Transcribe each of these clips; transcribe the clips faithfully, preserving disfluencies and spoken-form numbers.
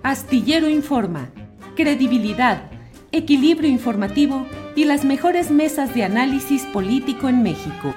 Astillero Informa, credibilidad, equilibrio informativo y las mejores mesas de análisis político en México.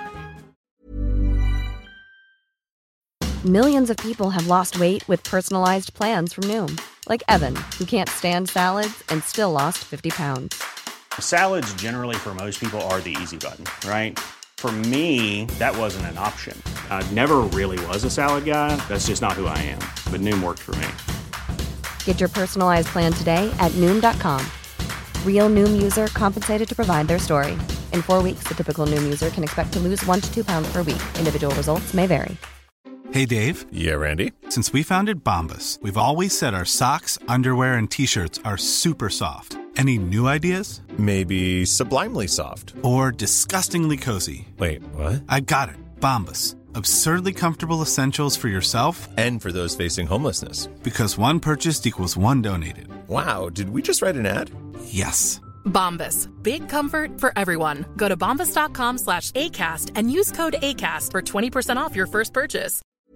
Millions of people have lost weight with personalized plans from Noom. Like Evan, who can't stand salads and still lost fifty pounds. Salads generally for most people are the easy button, right? For me, that wasn't an option. I never really was a salad guy. That's just not who I am. But Noom worked for me. Get your personalized plan today at Noom dot com. Real Noom user compensated to provide their story. In four weeks, the typical Noom user can expect to lose one to two pounds per week. Individual results may vary. Hey, Dave. Yeah, Randy. Since we founded Bombas, we've always said our socks, underwear, and T-shirts are super soft. Any new ideas? Maybe sublimely soft. Or disgustingly cozy. Wait, what? I got it. Bombas. Absurdly comfortable essentials for yourself and for those facing homelessness. Because one purchased equals one donated. Wow, did we just write an ad? Yes. Bombas. Big comfort for everyone. Go to bombas dot com slash ACAST and use code ACAST for twenty percent off your first purchase.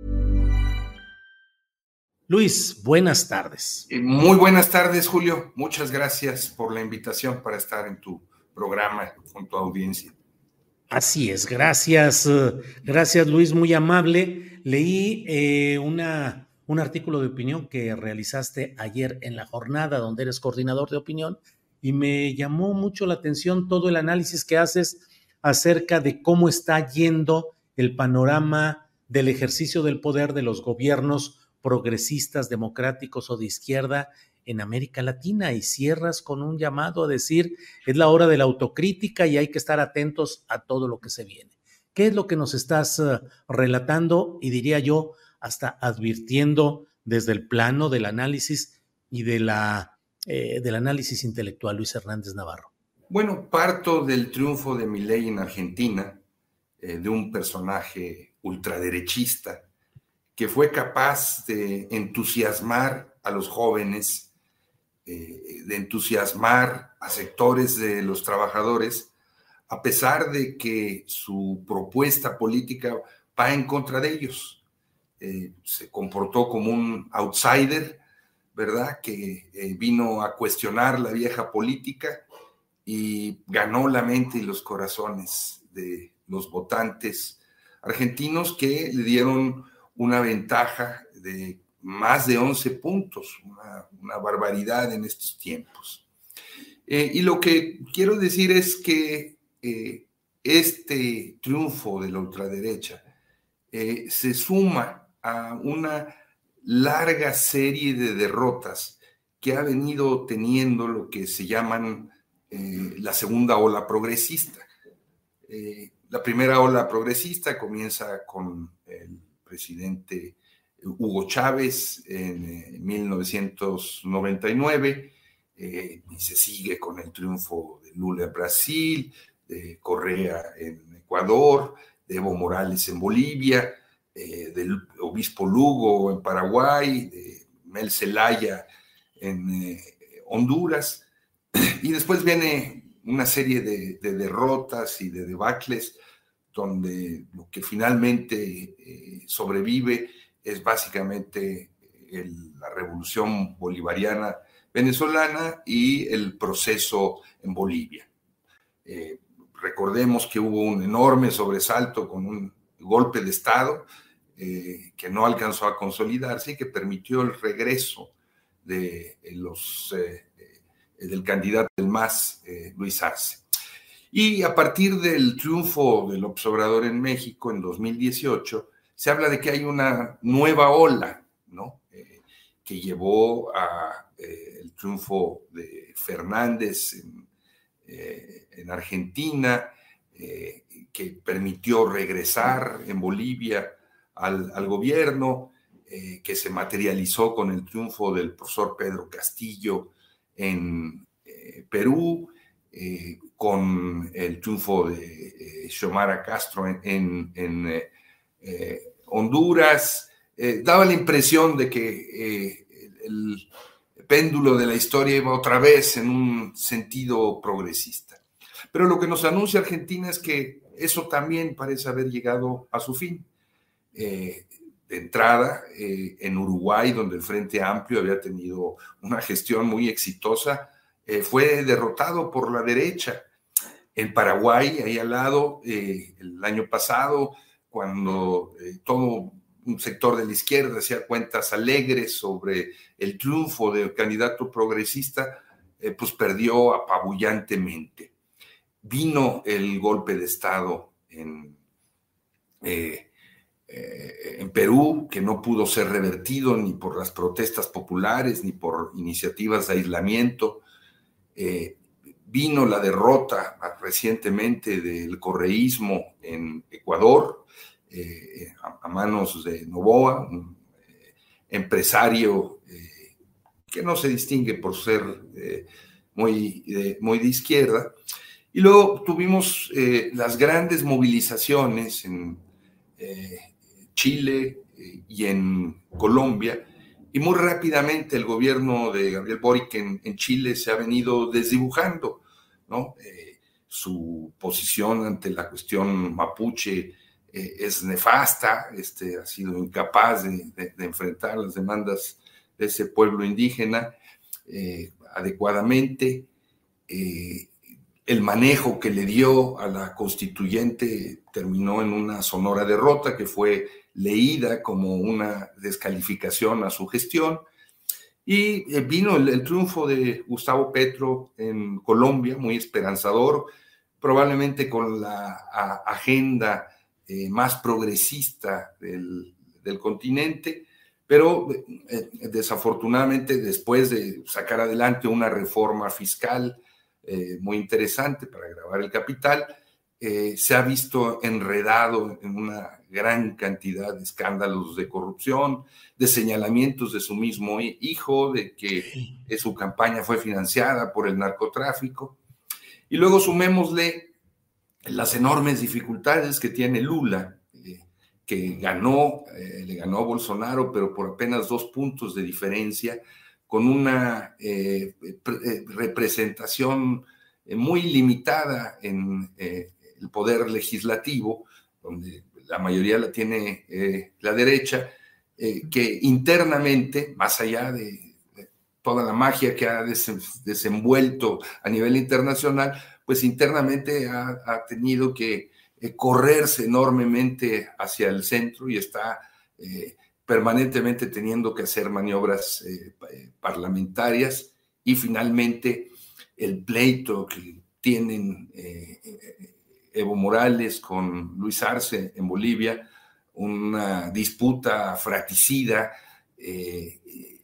Luis, buenas tardes. Muy buenas tardes, Julio. Muchas gracias por la invitación para estar en tu programa con tu audiencia. Así es, gracias, gracias Luis, muy amable. Leí eh, una, un artículo de opinión que realizaste ayer en La Jornada, donde eres coordinador de opinión, y me llamó mucho la atención todo el análisis que haces acerca de cómo está yendo el panorama del ejercicio del poder de los gobiernos progresistas, democráticos o de izquierda en América Latina, y cierras con un llamado a decir es la hora de la autocrítica y hay que estar atentos a todo lo que se viene. ¿Qué es lo que nos estás uh, relatando y diría yo hasta advirtiendo desde el plano del análisis y de la, eh, del análisis intelectual, Luis Hernández Navarro? Bueno, parto del triunfo de Milei en Argentina, eh, de un personaje ultraderechista que fue capaz de entusiasmar a los jóvenes, eh, de entusiasmar a sectores de los trabajadores, a pesar de que su propuesta política va en contra de ellos. Eh, se comportó como un outsider, ¿verdad? Que eh, vino a cuestionar la vieja política y ganó la mente y los corazones de los votantes argentinos, que le dieron una ventaja de más de once puntos, una, una barbaridad en estos tiempos. Eh, y lo que quiero decir es que eh, este triunfo de la ultraderecha eh, se suma a una larga serie de derrotas que ha venido teniendo lo que se llaman eh, la segunda ola progresista. Eh, la primera ola progresista comienza con el presidente Hugo Chávez en eh, mil novecientos noventa y nueve, eh, y se sigue con el triunfo de Lula en Brasil, de Correa en Ecuador, de Evo Morales en Bolivia, eh, del obispo Lugo en Paraguay, de Mel Zelaya en eh, Honduras, y después viene una serie de, de derrotas y de debacles donde lo que finalmente eh, sobrevive es básicamente el, la revolución bolivariana venezolana y el proceso en Bolivia. Eh, recordemos que hubo un enorme sobresalto con un golpe de Estado eh, que no alcanzó a consolidarse y que permitió el regreso de los, eh, del candidato del M A S, eh, Luis Arce. Y a partir del triunfo del López Obrador en México en dos mil dieciocho, se habla de que hay una nueva ola, ¿no? Eh, que llevó a eh, el triunfo de Fernández en, eh, en Argentina, eh, que permitió regresar en Bolivia al, al gobierno, eh, que se materializó con el triunfo del profesor Pedro Castillo en eh, Perú, eh, con el triunfo de eh, Xiomara Castro en, en, en eh, eh, Honduras. Eh, daba la impresión de que eh, el péndulo de la historia iba otra vez en un sentido progresista. Pero lo que nos anuncia Argentina es que eso también parece haber llegado a su fin. Eh, de entrada, eh, en Uruguay, donde el Frente Amplio había tenido una gestión muy exitosa, eh, fue derrotado por la derecha. En Paraguay, ahí al lado, eh, el año pasado, cuando eh, todo un sector de la izquierda hacía cuentas alegres sobre el triunfo del candidato progresista, eh, pues perdió apabullantemente. Vino el golpe de Estado en, eh, eh, en Perú, que no pudo ser revertido ni por las protestas populares, ni por iniciativas de aislamiento. Eh, vino la derrota recientemente del correísmo en Ecuador, eh, a, a manos de Noboa, un eh, empresario eh, que no se distingue por ser eh, muy, eh, muy de izquierda. Y luego tuvimos eh, las grandes movilizaciones en eh, Chile eh, y en Colombia, y muy rápidamente el gobierno de Gabriel Boric en, en Chile se ha venido desdibujando, ¿no? Eh, su posición ante la cuestión mapuche eh, es nefasta, este, ha sido incapaz de, de, de enfrentar las demandas de ese pueblo indígena eh, adecuadamente. Eh, El manejo que le dio a la constituyente terminó en una sonora derrota que fue leída como una descalificación a su gestión. Y vino el, el triunfo de Gustavo Petro en Colombia, muy esperanzador, probablemente con la a, agenda eh, más progresista del, del continente, pero eh, desafortunadamente después de sacar adelante una reforma fiscal Eh, muy interesante para gravar el capital, eh, se ha visto enredado en una gran cantidad de escándalos de corrupción, de señalamientos de su mismo hijo, de que eh, su campaña fue financiada por el narcotráfico. Y luego sumémosle las enormes dificultades que tiene Lula, eh, que ganó, eh, le ganó a Bolsonaro, pero por apenas dos puntos de diferencia, con una eh, pre- representación muy limitada en eh, el poder legislativo, donde la mayoría la tiene eh, la derecha, eh, que internamente, más allá de, de toda la magia que ha des- desenvuelto a nivel internacional, pues internamente ha, ha tenido que eh, correrse enormemente hacia el centro y está eh, permanentemente teniendo que hacer maniobras eh, parlamentarias. Y finalmente el pleito que tienen eh, Evo Morales con Luis Arce en Bolivia, una disputa fratricida eh,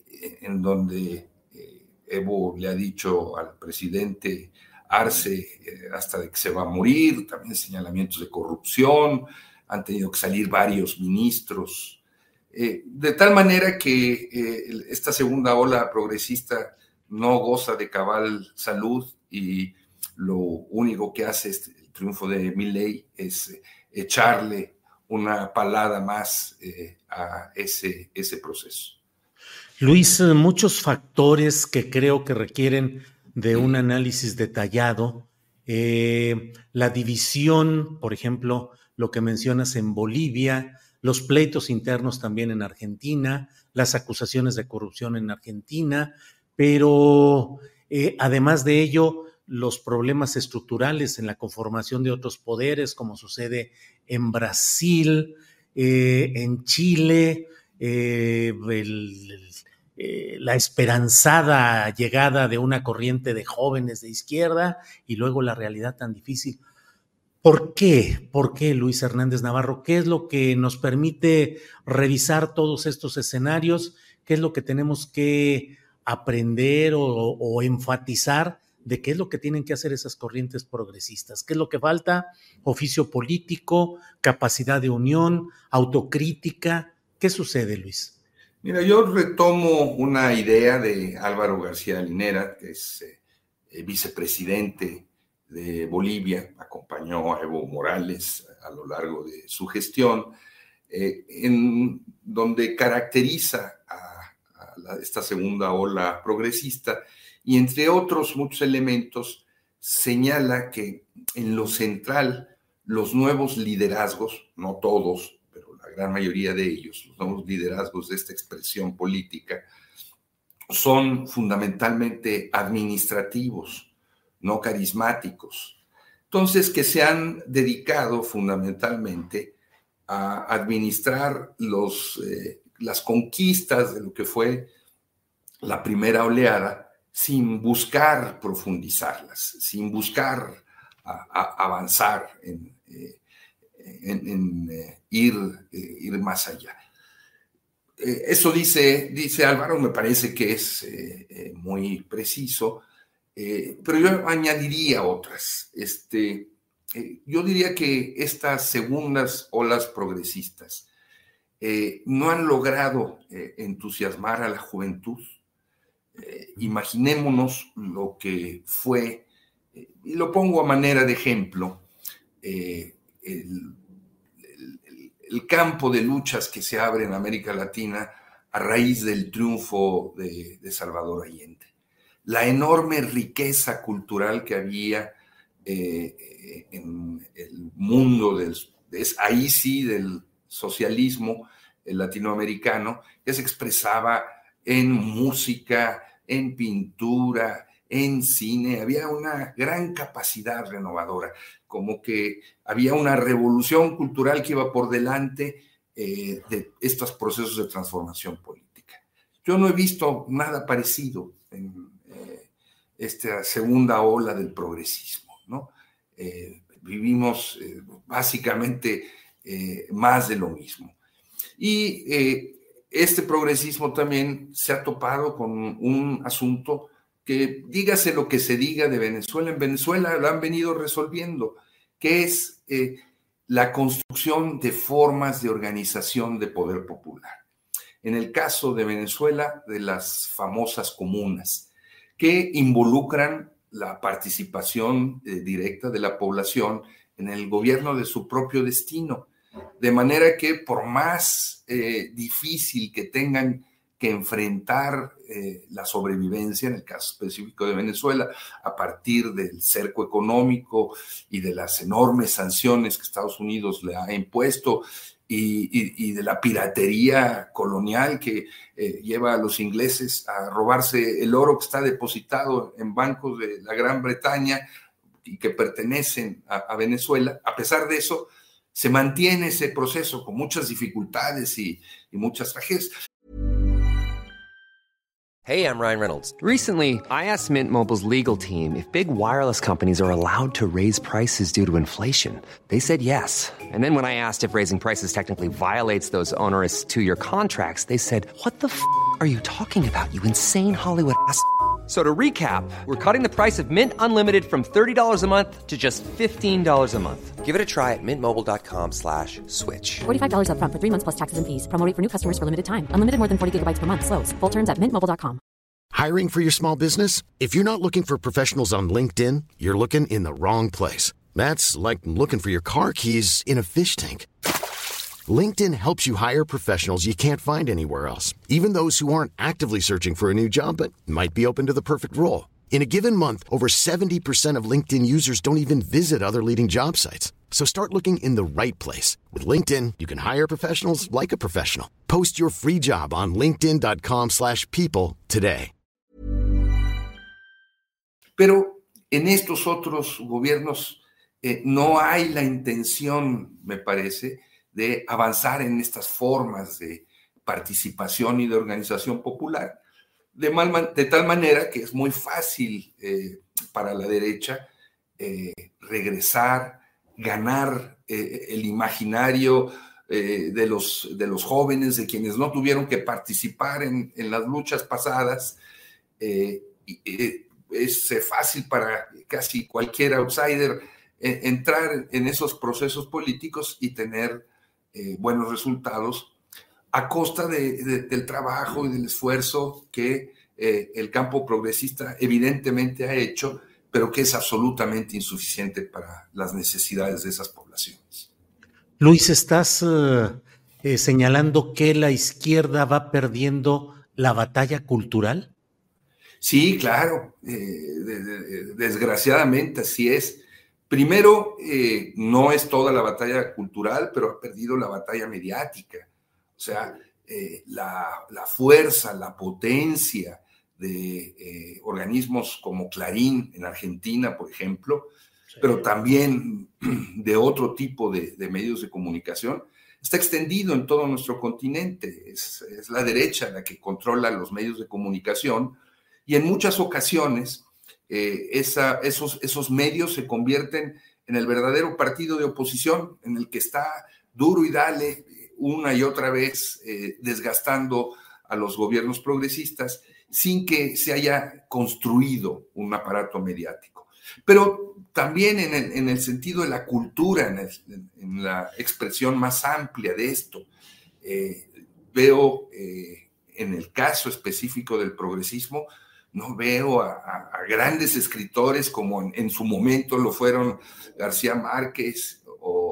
en donde eh, Evo le ha dicho al presidente Arce eh, hasta de que se va a morir, también señalamientos de corrupción, han tenido que salir varios ministros. Eh, de tal manera que eh, esta segunda ola progresista no goza de cabal salud y lo único que hace este, el triunfo de Milei es eh, echarle una palada más eh, a ese, ese proceso. Luis, muchos factores que creo que requieren de un análisis detallado. Eh, la división, por ejemplo, lo que mencionas en Bolivia, los pleitos internos también en Argentina, las acusaciones de corrupción en Argentina, pero eh, además de ello, los problemas estructurales en la conformación de otros poderes, como sucede en Brasil, eh, en Chile, eh, el, el, eh, la esperanzada llegada de una corriente de jóvenes de izquierda y luego la realidad tan difícil. ¿Por qué? ¿Por qué, Luis Hernández Navarro? ¿Qué es lo que nos permite revisar todos estos escenarios? ¿Qué es lo que tenemos que aprender o, o enfatizar de qué es lo que tienen que hacer esas corrientes progresistas? ¿Qué es lo que falta? Oficio político, capacidad de unión, autocrítica. ¿Qué sucede, Luis? Mira, yo retomo una idea de Álvaro García Linera, que es eh, vicepresidente de Bolivia, acompañó a Evo Morales a lo largo de su gestión, eh, en donde caracteriza a, a la, esta segunda ola progresista y, entre otros muchos elementos, señala que en lo central los nuevos liderazgos, no todos, pero la gran mayoría de ellos, los nuevos liderazgos de esta expresión política, son fundamentalmente administrativos, no carismáticos. Entonces, que se han dedicado fundamentalmente a administrar los, eh, las conquistas de lo que fue la primera oleada sin buscar profundizarlas, sin buscar a, a avanzar en, eh, en, en eh, ir, eh, ir más allá. Eh, eso dice, dice Álvaro, me parece que es eh, eh, muy preciso, eh, pero yo añadiría otras. Este, eh, yo diría que estas segundas olas progresistas eh, no han logrado eh, entusiasmar a la juventud. Eh, imaginémonos lo que fue, eh, y lo pongo a manera de ejemplo, eh, el, el, el campo de luchas que se abre en América Latina a raíz del triunfo de, de Salvador Allende. La enorme riqueza cultural que había eh, en el mundo, del, es, ahí sí, del socialismo latinoamericano, que se expresaba en música, en pintura, en cine. Había una gran capacidad renovadora, como que había una revolución cultural que iba por delante eh, de estos procesos de transformación política. Yo no he visto nada parecido en eh, esta segunda ola del progresismo, ¿no? Eh, vivimos eh, básicamente eh, más de lo mismo. Y eh, este progresismo también se ha topado con un asunto que, dígase lo que se diga de Venezuela, en Venezuela lo han venido resolviendo, que es eh, la construcción de formas de organización de poder popular. En el caso de Venezuela, de las famosas comunas, que involucran la participación eh, directa de la población en el gobierno de su propio destino. De manera que por más eh, difícil que tengan que enfrentar eh, la sobrevivencia, en el caso específico de Venezuela, a partir del cerco económico y de las enormes sanciones que Estados Unidos le ha impuesto y, y, y de la piratería colonial que eh, lleva a los ingleses a robarse el oro que está depositado en bancos de la Gran Bretaña y que pertenecen a, a Venezuela, a pesar de eso, se mantiene ese proceso con muchas dificultades y, y muchas tragedias. Hey, I'm Ryan Reynolds. Recently, I asked Mint Mobile's legal team if big wireless companies are allowed to raise prices due to inflation. They said yes. And then when I asked if raising prices technically violates those onerous two-year contracts, they said, what the f*** are you talking about, you insane Hollywood ass f- So to recap, we're cutting the price of Mint Unlimited from thirty dollars a month to just fifteen dollars a month. Give it a try at mintmobile.com slash switch. forty-five dollars up front for three months plus taxes and fees. Promo rate for new customers for limited time. Unlimited more than forty gigabytes per month slows. Full terms at mint mobile dot com. Hiring for your small business? If you're not looking for professionals on LinkedIn, you're looking in the wrong place. That's like looking for your car keys in a fish tank. LinkedIn helps you hire professionals you can't find anywhere else, even those who aren't actively searching for a new job but might be open to the perfect role. In a given month, over seventy percent of LinkedIn users don't even visit other leading job sites. So start looking in the right place. With LinkedIn, you can hire professionals like a professional. Post your free job on linkedin.com slash people today. Pero en estos otros gobiernos eh, no hay la intención, me parece, de avanzar en estas formas de participación y de organización popular, de, mal, de tal manera que es muy fácil eh, para la derecha eh, regresar, ganar eh, el imaginario eh, de, los, de los jóvenes, de quienes no tuvieron que participar en, en las luchas pasadas. Eh, y, eh, es fácil para casi cualquier outsider eh, entrar en esos procesos políticos y tener Eh, buenos resultados a costa de, de, del trabajo y del esfuerzo que eh, el campo progresista evidentemente ha hecho, pero que es absolutamente insuficiente para las necesidades de esas poblaciones. Luis, ¿estás uh, eh, señalando que la izquierda va perdiendo la batalla cultural? Sí, claro, eh, de, de, desgraciadamente así es, Primero, eh, no es toda la batalla cultural, pero ha perdido la batalla mediática. O sea, eh, la, la fuerza, la potencia de eh, organismos como Clarín en Argentina, por ejemplo, sí, pero también de otro tipo de, de medios de comunicación, está extendido en todo nuestro continente. Es, es la derecha la que controla los medios de comunicación y en muchas ocasiones eh, esa, esos, esos medios se convierten en el verdadero partido de oposición, en el que está duro y dale una y otra vez eh, desgastando a los gobiernos progresistas sin que se haya construido un aparato mediático. Pero también en el, en el sentido de la cultura, en, el, en la expresión más amplia de esto, eh, veo eh, en el caso específico del progresismo, no veo a, a, a grandes escritores como en, en su momento lo fueron García Márquez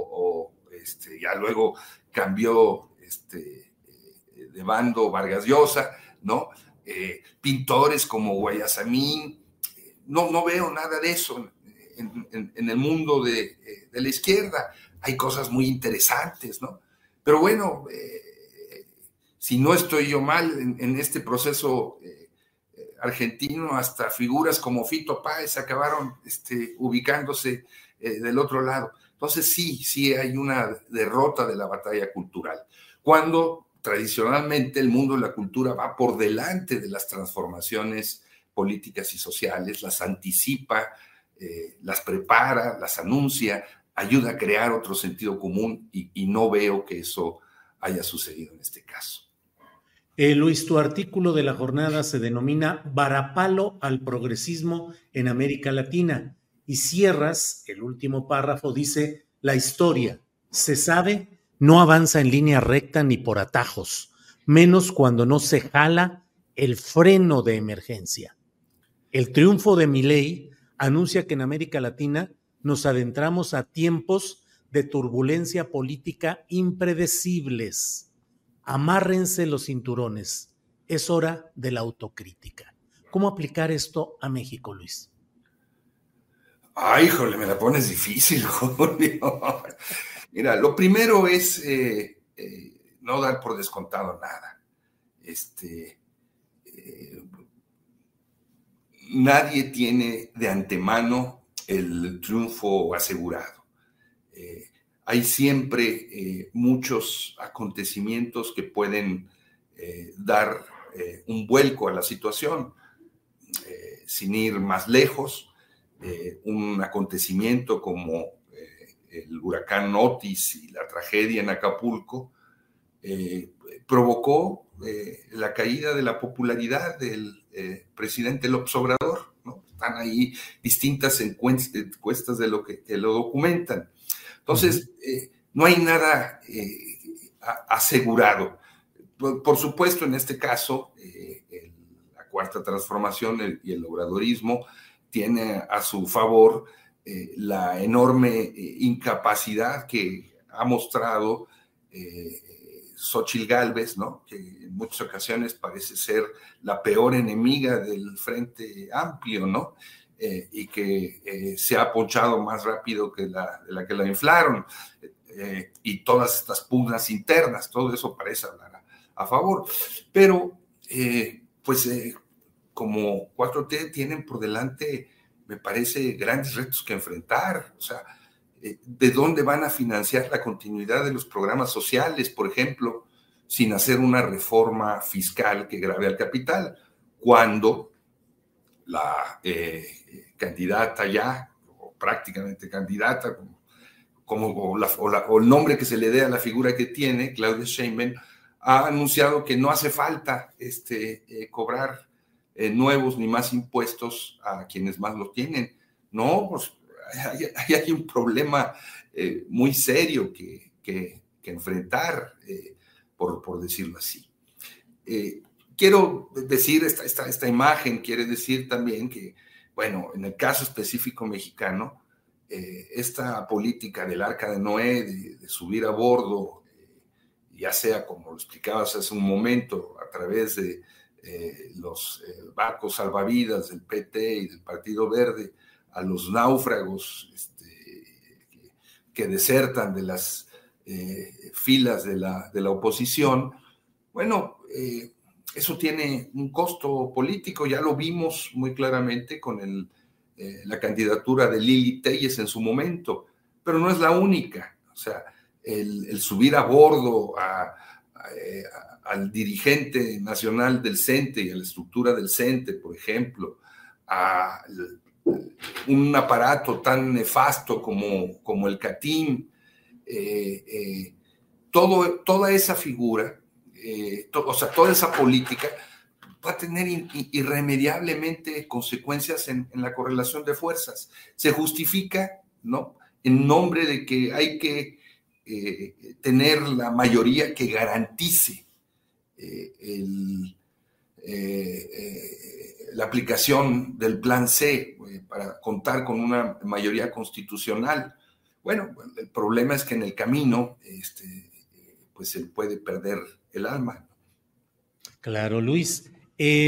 o, o este, ya luego cambió este, de bando Vargas Llosa, ¿no? Eh, pintores como Guayasamín, no, no veo nada de eso en, en, en el mundo de, de la izquierda. Hay cosas muy interesantes, ¿no? Pero bueno, eh, si no estoy yo mal en, en este proceso eh, argentino, hasta figuras como Fito Páez acabaron este, ubicándose eh, del otro lado. Entonces sí, sí hay una derrota de la batalla cultural. Cuando tradicionalmente el mundo de la cultura va por delante de las transformaciones políticas y sociales, las anticipa, eh, las prepara, las anuncia, ayuda a crear otro sentido común y, y no veo que eso haya sucedido en este caso. Eh, Luis, tu artículo de la jornada se denomina Varapalo al progresismo en América Latina y cierras, el último párrafo dice, la historia, se sabe, no avanza en línea recta ni por atajos, menos cuando no se jala el freno de emergencia. El triunfo de Milei anuncia que en América Latina nos adentramos a tiempos de turbulencia política impredecibles. Amárrense los cinturones. Es hora de la autocrítica. ¿Cómo aplicar esto a México, Luis? Ay, híjole, me la pones difícil, Julio. Mira, lo primero es eh, eh, no dar por descontado nada. Este, eh, nadie tiene de antemano el triunfo asegurado. Eh, hay siempre eh, muchos acontecimientos que pueden eh, dar eh, un vuelco a la situación. Eh, sin ir más lejos, eh, un acontecimiento como eh, el huracán Otis y la tragedia en Acapulco eh, provocó eh, la caída de la popularidad del eh, presidente López Obrador, ¿no? Están ahí distintas encuestas de lo que, que lo documentan. Entonces, eh, no hay nada eh, asegurado. Por, por supuesto, en este caso, eh, el, la Cuarta Transformación el, y el obradorismo tiene a su favor eh, la enorme eh, incapacidad que ha mostrado eh, Xóchitl Gálvez, ¿no? Que en muchas ocasiones parece ser la peor enemiga del Frente Amplio, ¿no? Eh, y que eh, se ha ponchado más rápido que la, de la que la inflaron, eh, y todas estas pugnas internas, todo eso parece hablar a, a favor. Pero, eh, pues, eh, como cuatro T tienen por delante, me parece, grandes retos que enfrentar. O sea, eh, ¿de dónde van a financiar la continuidad de los programas sociales, por ejemplo, sin hacer una reforma fiscal que grave al capital? Cuando la eh, candidata ya, o prácticamente candidata, como, como o, la, o, la, o el nombre que se le dé a la figura que tiene, Claudia Sheinbaum, ha anunciado que no hace falta este, eh, cobrar eh, nuevos ni más impuestos a quienes más lo tienen. No, pues hay, hay, hay un problema eh, muy serio que, que, que enfrentar, eh, por, por decirlo así. Eh, Quiero decir, esta, esta, esta imagen quiere decir también que, bueno, en el caso específico mexicano, eh, esta política del Arca de Noé, de, de subir a bordo, eh, ya sea como lo explicabas hace un momento, a través de eh, los eh, barcos salvavidas del P T y del Partido Verde, a los náufragos este, que desertan de las eh, filas de la, de la oposición, bueno, eh, eso tiene un costo político, ya lo vimos muy claramente con el, eh, la candidatura de Lili Telles en su momento, pero no es la única. O sea, el, el subir a bordo a, a, a, al dirigente nacional del CENTE y a la estructura del CENTE, por ejemplo, a un aparato tan nefasto como, como el CATIM, eh, eh, todo, toda esa figura, eh, to, o sea, toda esa política va a tener in, irremediablemente consecuencias en, en la correlación de fuerzas. Se justifica, ¿no?, en nombre de que hay que eh, tener la mayoría que garantice eh, el, eh, eh, la aplicación del plan C eh, para contar con una mayoría constitucional. Bueno, el problema es que en el camino este, pues se puede perder el alma. Claro, Luis. Eh,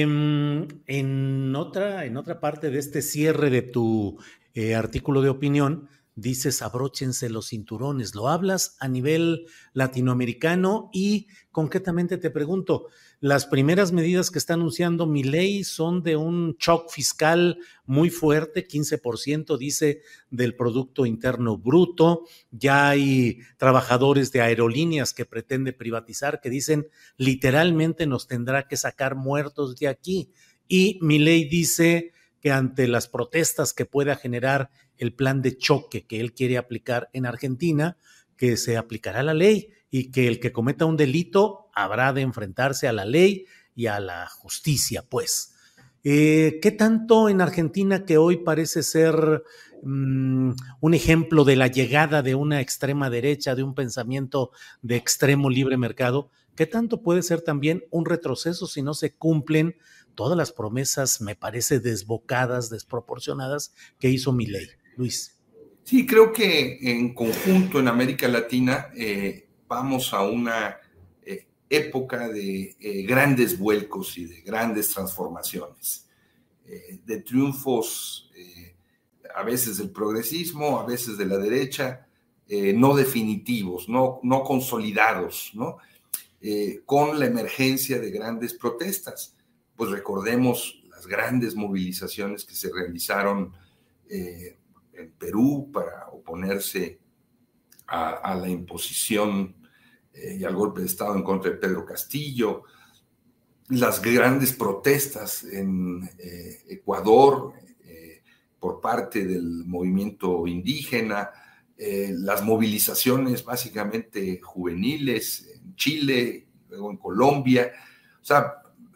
en, otra, en otra parte de este cierre de tu eh, artículo de opinión, dices abróchense los cinturones. Lo hablas a nivel latinoamericano y concretamente te pregunto, las primeras medidas que está anunciando Milei son de un shock fiscal muy fuerte, quince por ciento dice del Producto Interno Bruto. Ya hay trabajadores de aerolíneas que pretende privatizar que dicen literalmente nos tendrá que sacar muertos de aquí. Y Milei dice que ante las protestas que pueda generar el plan de choque que él quiere aplicar en Argentina, que se aplicará la ley y que el que cometa un delito habrá de enfrentarse a la ley y a la justicia, pues. Eh, ¿Qué tanto en Argentina, que hoy parece ser um, un ejemplo de la llegada de una extrema derecha, de un pensamiento de extremo libre mercado, qué tanto puede ser también un retroceso si no se cumplen todas las promesas, me parece, desbocadas, desproporcionadas que hizo Milei? Luis. Sí, creo que en conjunto en América Latina eh, vamos a una eh, época de eh, grandes vuelcos y de grandes transformaciones, eh, de triunfos eh, a veces del progresismo, a veces de la derecha, eh, no definitivos, no, no consolidados, ¿no? Eh, con la emergencia de grandes protestas. Pues recordemos las grandes movilizaciones que se realizaron eh, en Perú para oponerse a, a la imposición eh, y al golpe de Estado en contra de Pedro Castillo, las grandes protestas en eh, Ecuador eh, por parte del movimiento indígena, eh, las movilizaciones básicamente juveniles en Chile, luego en Colombia. O sea,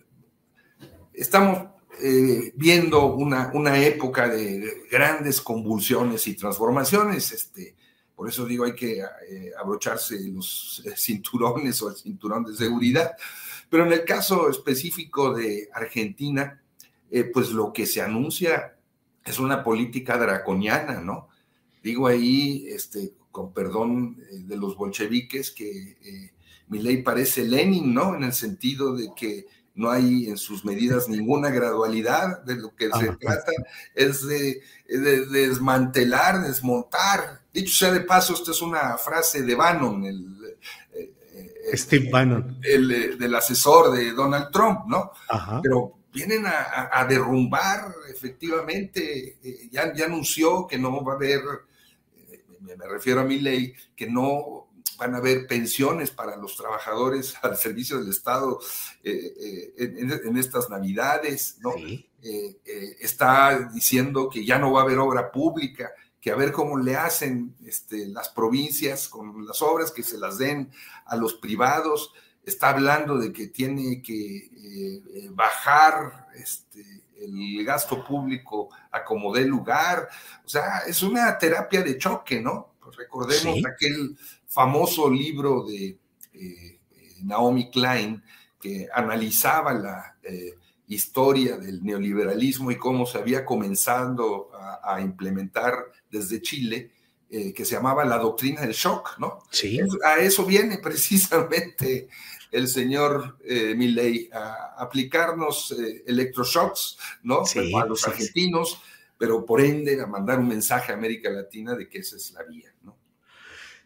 estamos eh, viendo una, una época de grandes convulsiones y transformaciones. Este, por eso digo, hay que eh, abrocharse los cinturones o el cinturón de seguridad. Pero en el caso específico de Argentina, eh, pues lo que se anuncia es una política draconiana, ¿no? Digo ahí, este, con perdón eh, de los bolcheviques, que eh, Milei parece Lenin, ¿no? En el sentido de que no hay en sus medidas ninguna gradualidad. De lo que ah, se trata es de, de, de desmantelar, desmontar. Dicho sea de paso, esta es una frase de Bannon, el, el, Steve Bannon, el, el, del asesor de Donald Trump, ¿no? Ajá. Pero vienen a, a, a derrumbar, efectivamente. Eh, ya, ya anunció que no va a haber, eh, me, me refiero a Milei, que no van a haber pensiones para los trabajadores al servicio del Estado eh, eh, en, en estas Navidades, ¿no? Sí. Eh, eh, está diciendo que ya no va a haber obra pública, que a ver cómo le hacen este, las provincias con las obras, que se las den a los privados. Está hablando de que tiene que eh, bajar este, el gasto público a como dé lugar. O sea, es una terapia de choque, ¿no? Pues recordemos, ¿sí?, aquel famoso libro de eh, Naomi Klein que analizaba la eh, historia del neoliberalismo y cómo se había comenzado a, a implementar desde Chile, eh, que se llamaba la doctrina del shock, ¿no? Sí. Es, a eso viene precisamente el señor eh, Milei, a aplicarnos eh, electroshocks, ¿no? Sí, a los sí, argentinos, sí. Pero por ende a mandar un mensaje a América Latina de que esa es la vía, ¿no?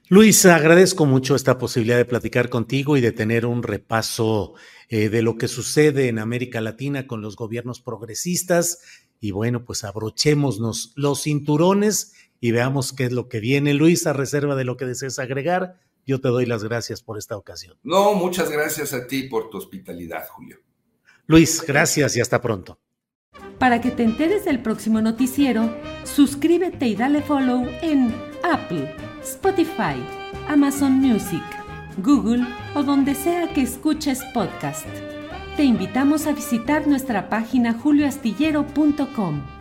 Luis, agradezco mucho esta posibilidad de platicar contigo y de tener un repaso eh, de lo que sucede en América Latina con los gobiernos progresistas. Y bueno, pues abrochémonos los cinturones y veamos qué es lo que viene. Luis, a reserva de lo que desees agregar, yo te doy las gracias por esta ocasión. No, muchas gracias a ti por tu hospitalidad, Julio. Luis, gracias y hasta pronto. Para que te enteres del próximo noticiero, suscríbete y dale follow en Apple, Spotify, Amazon Music, Google o donde sea que escuches podcast. Te invitamos a visitar nuestra página julio astillero punto com.